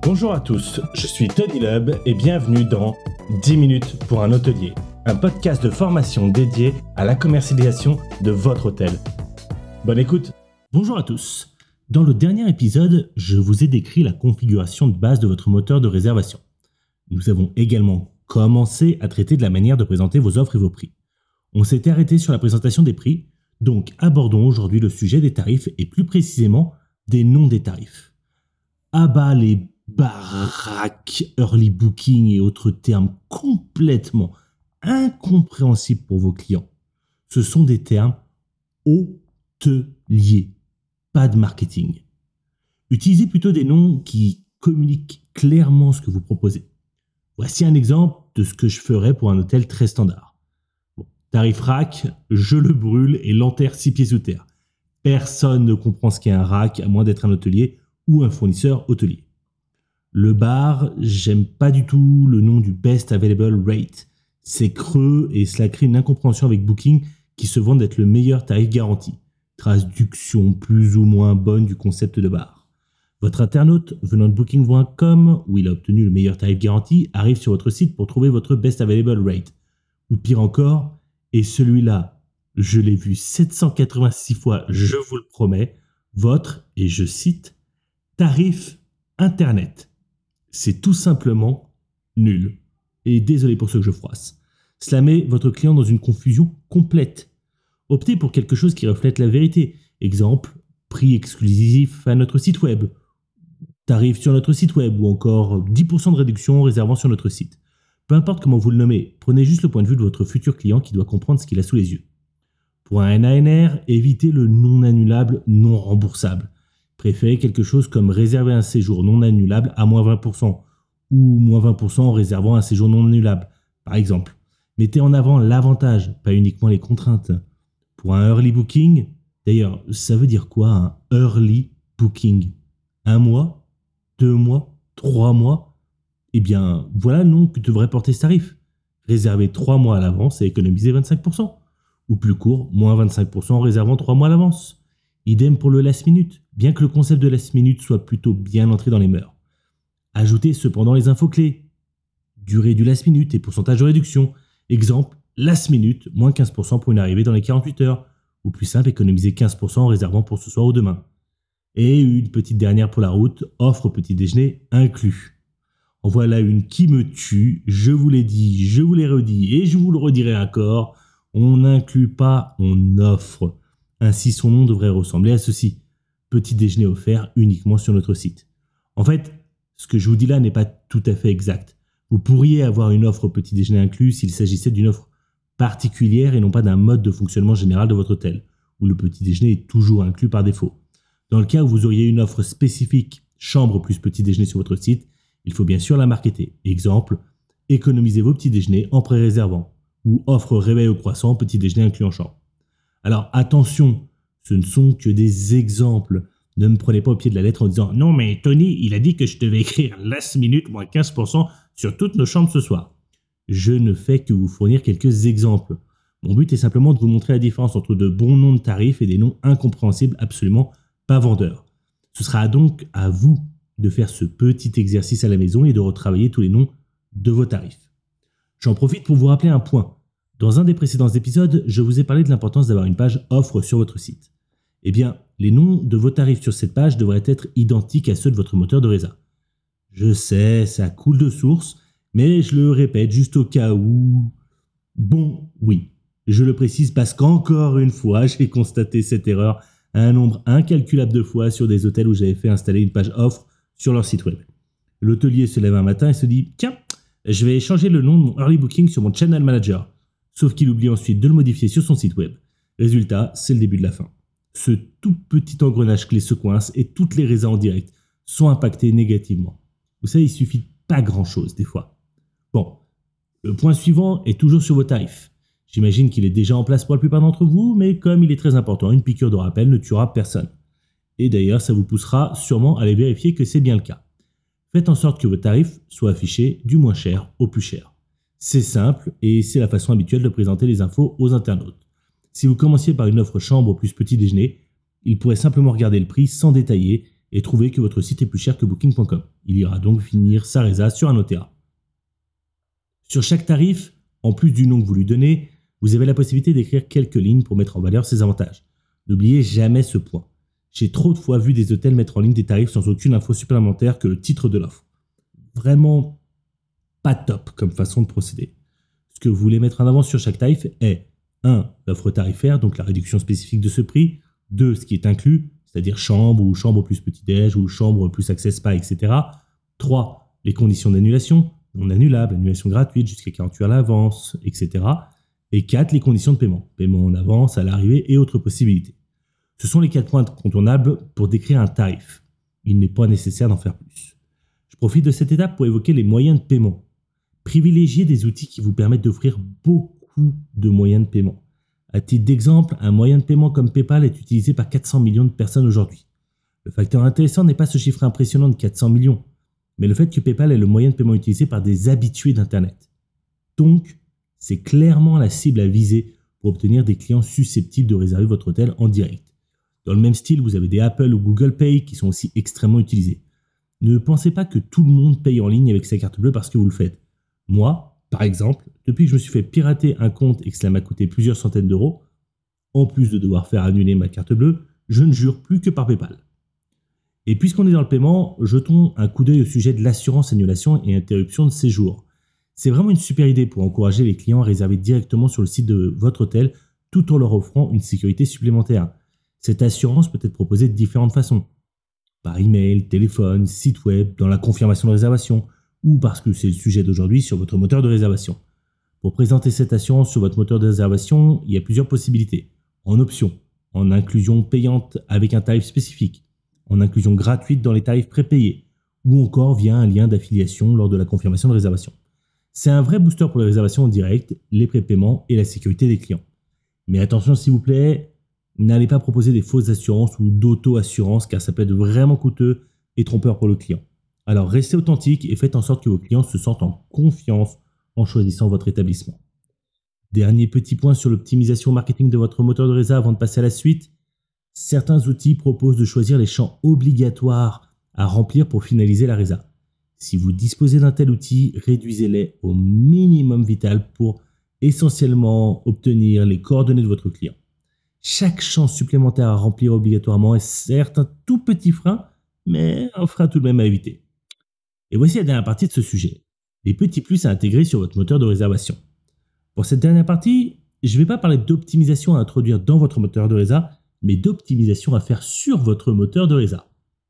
Bonjour à tous, je suis Tony Lub et bienvenue dans 10 minutes pour un hôtelier, un podcast de formation dédié à la commercialisation de votre hôtel. Bonne écoute. Bonjour à tous. Dans le dernier épisode, je vous ai décrit la configuration de base de votre moteur de réservation. Nous avons également commencé à traiter de la manière de présenter vos offres et vos prix. On s'était arrêté sur la présentation des prix, donc abordons aujourd'hui le sujet des tarifs et plus précisément des noms des tarifs. À bas les baraques, early booking et autres termes complètement incompréhensibles pour vos clients. Ce sont des termes hôteliers, pas de marketing. Utilisez plutôt des noms qui communiquent clairement ce que vous proposez. Voici un exemple de ce que je ferais pour un hôtel très standard. Tarif rack, je le brûle et l'enterre 6 pieds sous terre. Personne ne comprend ce qu'est un rack à moins d'être un hôtelier ou un fournisseur hôtelier. Le bar, j'aime pas du tout le nom du Best Available Rate. C'est creux et cela crée une incompréhension avec Booking qui se vante d'être le meilleur tarif garanti. Traduction plus ou moins bonne du concept de bar. Votre internaute venant de Booking.com, où il a obtenu le meilleur tarif garanti, arrive sur votre site pour trouver votre Best Available Rate. Ou pire encore, et celui-là, je l'ai vu 786 fois, je vous le promets, votre, et je cite, tarif Internet. C'est tout simplement nul. Et désolé pour ce que je froisse. Cela met votre client dans une confusion complète. Optez pour quelque chose qui reflète la vérité. Exemple, prix exclusif à notre site web, tarif sur notre site web ou encore 10% de réduction en réservant sur notre site. Peu importe comment vous le nommez, prenez juste le point de vue de votre futur client qui doit comprendre ce qu'il a sous les yeux. Pour un NANR, évitez le non annulable, non remboursable. Préférez quelque chose comme réserver un séjour non annulable à moins 20% ou moins 20% en réservant un séjour non annulable, par exemple. Mettez en avant l'avantage, pas uniquement les contraintes. Pour un early booking, d'ailleurs, ça veut dire quoi un early booking? 1 mois? 2 mois? 3 mois? Eh bien, voilà le nom que devrait porter ce tarif. Réserver 3 mois à l'avance et économiser 25%. Ou plus court, moins 25% en réservant 3 mois à l'avance. Idem pour le last minute, bien que le concept de last minute soit plutôt bien entré dans les mœurs. Ajoutez cependant les infos clés. Durée du last minute et pourcentage de réduction. Exemple, last minute, moins 15% pour une arrivée dans les 48 heures. Ou plus simple, économiser 15% en réservant pour ce soir ou demain. Et une petite dernière pour la route, offre petit déjeuner inclus. En voilà une qui me tue, je vous l'ai dit, je vous l'ai redit et je vous le redirai encore. On n'inclut pas, on offre. Ainsi, son nom devrait ressembler à ceci. Petit déjeuner offert uniquement sur notre site. En fait, ce que je vous dis là n'est pas tout à fait exact. Vous pourriez avoir une offre petit déjeuner inclus s'il s'agissait d'une offre particulière et non pas d'un mode de fonctionnement général de votre hôtel, où le petit déjeuner est toujours inclus par défaut. Dans le cas où vous auriez une offre spécifique chambre plus petit déjeuner sur votre site, il faut bien sûr la marketer. Exemple, économisez vos petits déjeuners en pré-réservant ou offre réveil au croissant petit déjeuner inclus en chambre. Alors attention, ce ne sont que des exemples. Ne me prenez pas au pied de la lettre en disant « Non mais Tony, il a dit que je devais écrire last minute moins 15% sur toutes nos chambres ce soir. » Je ne fais que vous fournir quelques exemples. Mon but est simplement de vous montrer la différence entre de bons noms de tarifs et des noms incompréhensibles absolument pas vendeurs. Ce sera donc à vous de faire ce petit exercice à la maison et de retravailler tous les noms de vos tarifs. J'en profite pour vous rappeler un point. Dans un des précédents épisodes, je vous ai parlé de l'importance d'avoir une page offre sur votre site. Eh bien, les noms de vos tarifs sur cette page devraient être identiques à ceux de votre moteur de résa. Je sais, ça coule de source, mais je le répète juste au cas où... Bon, oui, je le précise parce qu'encore une fois, j'ai constaté cette erreur un nombre incalculable de fois sur des hôtels où j'avais fait installer une page offre sur leur site web. L'hôtelier se lève un matin et se dit « Tiens, je vais changer le nom de mon early booking sur mon channel manager ». Sauf qu'il oublie ensuite de le modifier sur son site web. Résultat, c'est le début de la fin. Ce tout petit engrenage clé se coince et toutes les résas en direct sont impactées négativement. Vous savez, il suffit pas grand-chose des fois. Bon, le point suivant est toujours sur vos tarifs. J'imagine qu'il est déjà en place pour la plupart d'entre vous, mais comme il est très important, une piqûre de rappel ne tuera personne. Et d'ailleurs, ça vous poussera sûrement à aller vérifier que c'est bien le cas. Faites en sorte que vos tarifs soient affichés du moins cher au plus cher. C'est simple et c'est la façon habituelle de présenter les infos aux internautes. Si vous commenciez par une offre chambre plus petit déjeuner, ils pourraient simplement regarder le prix sans détailler et trouver que votre site est plus cher que Booking.com. Il ira donc finir sa résa sur un OTA. Sur chaque tarif, en plus du nom que vous lui donnez, vous avez la possibilité d'écrire quelques lignes pour mettre en valeur ses avantages. N'oubliez jamais ce point. J'ai trop de fois vu des hôtels mettre en ligne des tarifs sans aucune info supplémentaire que le titre de l'offre. Vraiment pas top comme façon de procéder. Ce que vous voulez mettre en avant sur chaque tarif est 1. L'offre tarifaire, donc la réduction spécifique de ce prix. 2. Ce qui est inclus, c'est-à-dire chambre ou chambre plus petit-déj ou chambre plus accès spa, etc. 3. Les conditions d'annulation, non annulable, annulation gratuite jusqu'à 48 heures à l'avance, etc. Et 4. Les conditions de paiement, paiement en avance, à l'arrivée et autres possibilités. Ce sont les 4 points incontournables pour décrire un tarif. Il n'est pas nécessaire d'en faire plus. Je profite de cette étape pour évoquer les moyens de paiement. Privilégiez des outils qui vous permettent d'offrir beaucoup de moyens de paiement. À titre d'exemple, un moyen de paiement comme PayPal est utilisé par 400 millions de personnes aujourd'hui. Le facteur intéressant n'est pas ce chiffre impressionnant de 400 millions, mais le fait que PayPal est le moyen de paiement utilisé par des habitués d'Internet. Donc, c'est clairement la cible à viser pour obtenir des clients susceptibles de réserver votre hôtel en direct. Dans le même style, vous avez des Apple ou Google Pay qui sont aussi extrêmement utilisés. Ne pensez pas que tout le monde paye en ligne avec sa carte bleue parce que vous le faites. Moi, par exemple, depuis que je me suis fait pirater un compte et que cela m'a coûté plusieurs centaines d'euros, en plus de devoir faire annuler ma carte bleue, je ne jure plus que par PayPal. Et puisqu'on est dans le paiement, jetons un coup d'œil au sujet de l'assurance annulation et interruption de séjour. C'est vraiment une super idée pour encourager les clients à réserver directement sur le site de votre hôtel tout en leur offrant une sécurité supplémentaire. Cette assurance peut être proposée de différentes façons. Par email, téléphone, site web, dans la confirmation de réservation, ou parce que c'est le sujet d'aujourd'hui sur votre moteur de réservation. Pour présenter cette assurance sur votre moteur de réservation, il y a plusieurs possibilités. En option, en inclusion payante avec un tarif spécifique, en inclusion gratuite dans les tarifs prépayés, ou encore via un lien d'affiliation lors de la confirmation de réservation. C'est un vrai booster pour les réservations en direct, les prépaiements et la sécurité des clients. Mais attention s'il vous plaît, n'allez pas proposer des fausses assurances ou d'auto-assurance car ça peut être vraiment coûteux et trompeur pour le client. Alors restez authentique et faites en sorte que vos clients se sentent en confiance en choisissant votre établissement. Dernier petit point sur l'optimisation marketing de votre moteur de réserve avant de passer à la suite. Certains outils proposent de choisir les champs obligatoires à remplir pour finaliser la réserve. Si vous disposez d'un tel outil, réduisez-les au minimum vital pour essentiellement obtenir les coordonnées de votre client. Chaque champ supplémentaire à remplir obligatoirement est certes un tout petit frein, mais un frein tout de même à éviter. Et voici la dernière partie de ce sujet, les petits plus à intégrer sur votre moteur de réservation. Pour cette dernière partie, je ne vais pas parler d'optimisation à introduire dans votre moteur de réserve, mais d'optimisation à faire sur votre moteur de réserve.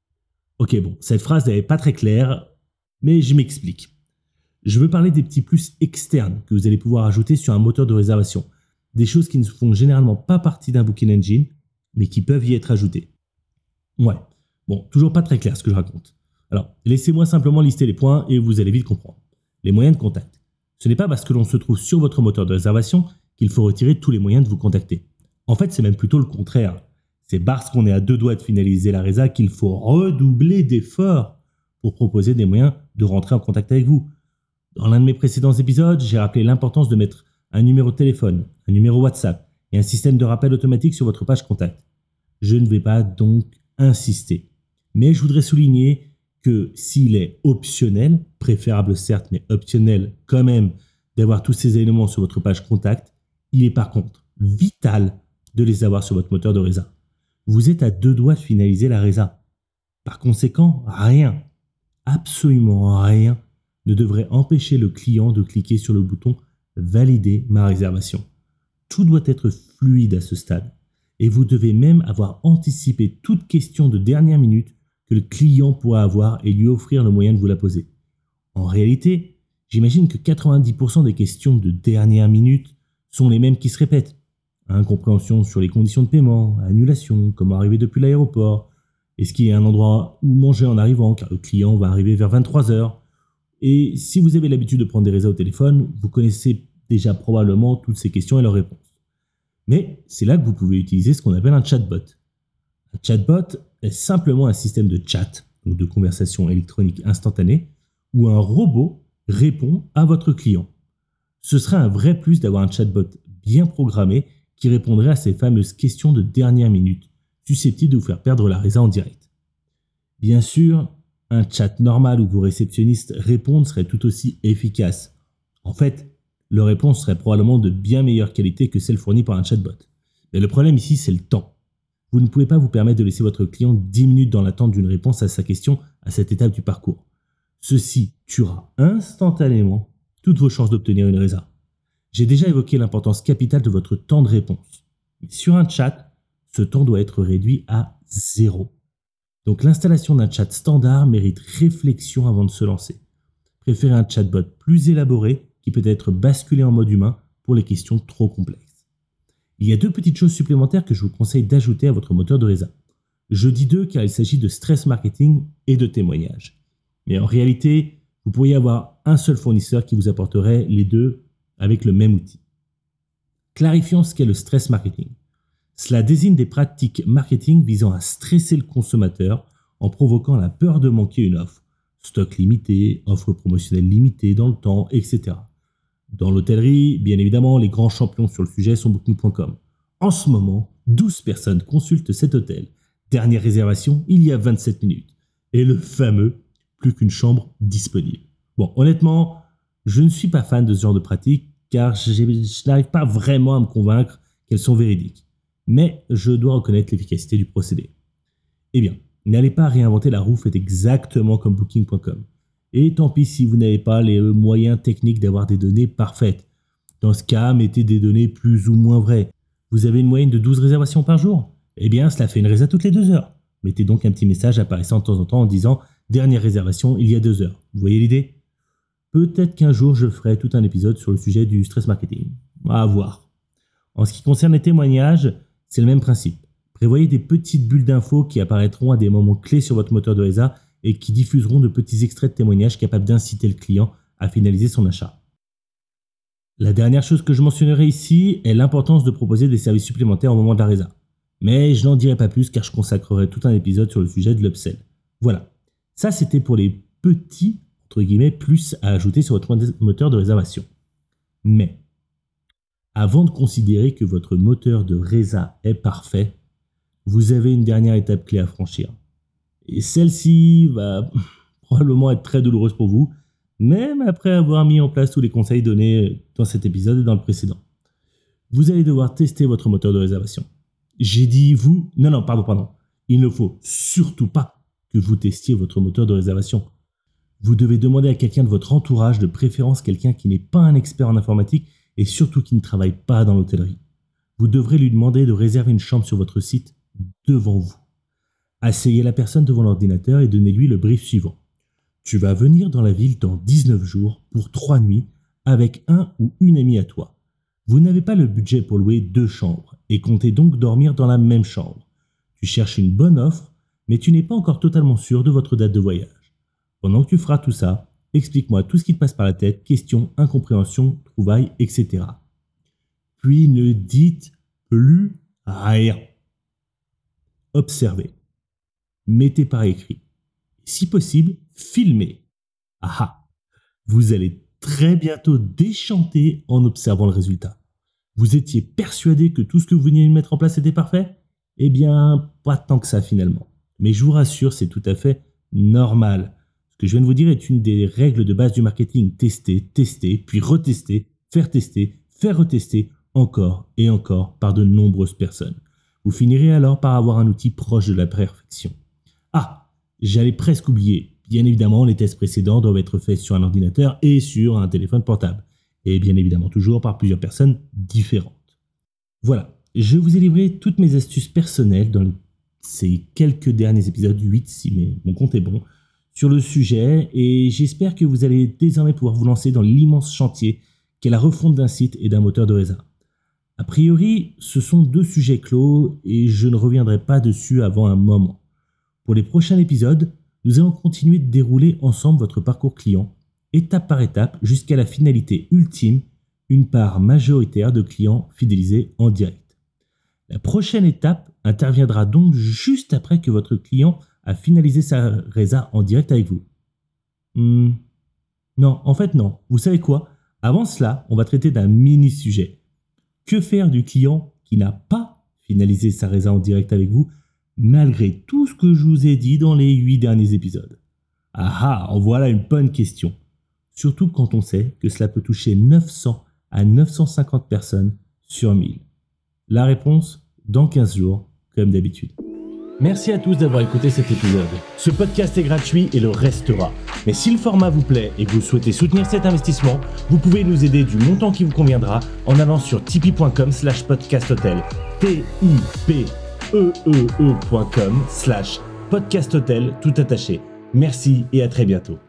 Ok, bon, cette phrase n'est pas très claire, mais je m'explique. Je veux parler des petits plus externes que vous allez pouvoir ajouter sur un moteur de réservation. Des choses qui ne font généralement pas partie d'un booking engine, mais qui peuvent y être ajoutées. Ouais, bon, toujours pas très clair ce que je raconte. Alors, laissez-moi simplement lister les points et vous allez vite comprendre. Les moyens de contact. Ce n'est pas parce que l'on se trouve sur votre moteur de réservation qu'il faut retirer tous les moyens de vous contacter. En fait, c'est même plutôt le contraire. C'est parce qu'on est à 2 doigts de finaliser la résa qu'il faut redoubler d'efforts pour proposer des moyens de rentrer en contact avec vous. Dans l'un de mes précédents épisodes, j'ai rappelé l'importance de mettre un numéro de téléphone, un numéro WhatsApp et un système de rappel automatique sur votre page contact. Je ne vais pas donc insister. Mais je voudrais souligner que s'il est optionnel, préférable certes, mais optionnel quand même, d'avoir tous ces éléments sur votre page contact, il est par contre vital de les avoir sur votre moteur de résa. Vous êtes à 2 doigts de finaliser la résa. Par conséquent, rien, absolument rien, ne devrait empêcher le client de cliquer sur le bouton « Valider ma réservation ». Tout doit être fluide à ce stade. Et vous devez même avoir anticipé toute question de dernière minute que le client pourra avoir et lui offrir le moyen de vous la poser. En réalité, j'imagine que 90% des questions de dernière minute sont les mêmes qui se répètent. Incompréhension sur les conditions de paiement, annulation, comment arriver depuis l'aéroport, est-ce qu'il y a un endroit où manger en arrivant car le client va arriver vers 23h. Et si vous avez l'habitude de prendre des réseaux au téléphone, vous connaissez déjà probablement toutes ces questions et leurs réponses. Mais c'est là que vous pouvez utiliser ce qu'on appelle un chatbot. Un chatbot est simplement un système de chat, donc de conversation électronique instantanée, où un robot répond à votre client. Ce serait un vrai plus d'avoir un chatbot bien programmé qui répondrait à ces fameuses questions de dernière minute, susceptibles de vous faire perdre la résa en direct. Bien sûr, un chat normal où vos réceptionnistes répondent serait tout aussi efficace. En fait, leur réponse serait probablement de bien meilleure qualité que celle fournie par un chatbot. Mais le problème ici, c'est le temps. Vous ne pouvez pas vous permettre de laisser votre client 10 minutes dans l'attente d'une réponse à sa question à cette étape du parcours. Ceci tuera instantanément toutes vos chances d'obtenir une résa. J'ai déjà évoqué l'importance capitale de votre temps de réponse. Mais sur un chat, ce temps doit être réduit à zéro. Donc l'installation d'un chat standard mérite réflexion avant de se lancer. Préférez un chatbot plus élaboré qui peut être basculé en mode humain pour les questions trop complexes. Il y a deux petites choses supplémentaires que je vous conseille d'ajouter à votre moteur de résa. Je dis deux car il s'agit de stress marketing et de témoignages. Mais en réalité, vous pourriez avoir un seul fournisseur qui vous apporterait les deux avec le même outil. Clarifions ce qu'est le stress marketing. Cela désigne des pratiques marketing visant à stresser le consommateur en provoquant la peur de manquer une offre. Stock limité, offre promotionnelle limitée dans le temps, etc. Dans l'hôtellerie, bien évidemment, les grands champions sur le sujet sont Booking.com. En ce moment, 12 personnes consultent cet hôtel. Dernière réservation, il y a 27 minutes. Et le fameux « plus qu'une chambre disponible ». Bon, honnêtement, je ne suis pas fan de ce genre de pratique car je n'arrive pas vraiment à me convaincre qu'elles sont véridiques. Mais je dois reconnaître l'efficacité du procédé. Eh bien, n'allez pas réinventer la roue, faites exactement comme Booking.com. Et tant pis si vous n'avez pas les moyens techniques d'avoir des données parfaites. Dans ce cas, mettez des données plus ou moins vraies. Vous avez une moyenne de 12 réservations par jour? Eh bien, cela fait une résa toutes les 2 heures. Mettez donc un petit message apparaissant de temps en temps en disant « Dernière réservation, il y a 2 heures ». Vous voyez l'idée? Peut-être qu'un jour, je ferai tout un épisode sur le sujet du stress marketing. À voir. En ce qui concerne les témoignages, c'est le même principe. Prévoyez des petites bulles d'infos qui apparaîtront à des moments clés sur votre moteur de résa et qui diffuseront de petits extraits de témoignages capables d'inciter le client à finaliser son achat. La dernière chose que je mentionnerai ici est l'importance de proposer des services supplémentaires au moment de la résa. Mais je n'en dirai pas plus car je consacrerai tout un épisode sur le sujet de l'upsell. Voilà. Ça, c'était pour les petits, entre guillemets, plus à ajouter sur votre moteur de réservation. Mais, avant de considérer que votre moteur de résa est parfait, vous avez une dernière étape clé à franchir. Et celle-ci va probablement être très douloureuse pour vous, même après avoir mis en place tous les conseils donnés dans cet épisode et dans le précédent. Vous allez devoir tester votre moteur de réservation. J'ai dit vous... Non, pardon. Il ne faut surtout pas que vous testiez votre moteur de réservation. Vous devez demander à quelqu'un de votre entourage, de préférence quelqu'un qui n'est pas un expert en informatique et surtout qui ne travaille pas dans l'hôtellerie. Vous devrez lui demander de réserver une chambre sur votre site devant vous. Asseyez la personne devant l'ordinateur et donnez-lui le brief suivant. Tu vas venir dans la ville dans 19 jours pour 3 nuits avec un ou une amie à toi. Vous n'avez pas le budget pour louer 2 chambres et comptez donc dormir dans la même chambre. Tu cherches une bonne offre, mais tu n'es pas encore totalement sûr de votre date de voyage. Pendant que tu feras tout ça, explique-moi tout ce qui te passe par la tête, questions, incompréhensions, trouvailles, etc. Puis ne dites plus rien. Observez. Mettez par écrit. Si possible, filmez. Vous allez très bientôt déchanter en observant le résultat. Vous étiez persuadé que tout ce que vous veniez de mettre en place était parfait? Eh bien, pas tant que ça finalement. Mais je vous rassure, c'est tout à fait normal. Ce que je viens de vous dire est une des règles de base du marketing. Tester, puis retester, faire retester encore et encore par de nombreuses personnes. Vous finirez alors par avoir un outil proche de la perfection. J'allais presque oublier. Bien évidemment, les tests précédents doivent être faits sur un ordinateur et sur un téléphone portable. Et bien évidemment toujours par plusieurs personnes différentes. Voilà, je vous ai livré toutes mes astuces personnelles dans ces quelques derniers épisodes, 8 si mon compte est bon, sur le sujet et j'espère que vous allez désormais pouvoir vous lancer dans l'immense chantier qu'est la refonte d'un site et d'un moteur de résa. A priori, ce sont 2 sujets clos et je ne reviendrai pas dessus avant un moment. Pour les prochains épisodes, nous allons continuer de dérouler ensemble votre parcours client, étape par étape, jusqu'à la finalité ultime, une part majoritaire de clients fidélisés en direct. La prochaine étape interviendra donc juste après que votre client a finalisé sa résa en direct avec vous. Non, en fait non. Vous savez quoi? Avant cela, on va traiter d'un mini-sujet. Que faire du client qui n'a pas finalisé sa résa en direct avec vous, malgré tout ce que je vous ai dit dans les 8 derniers épisodes? En voilà une bonne question. Surtout quand on sait que cela peut toucher 900 à 950 personnes sur 1000. La réponse, dans 15 jours, comme d'habitude. Merci à tous d'avoir écouté cet épisode. Ce podcast est gratuit et le restera. Mais si le format vous plaît et que vous souhaitez soutenir cet investissement, vous pouvez nous aider du montant qui vous conviendra en allant sur tipeee.com/podcasthotel. tipeee.com/podcasthotel tout attaché. Merci et à très bientôt.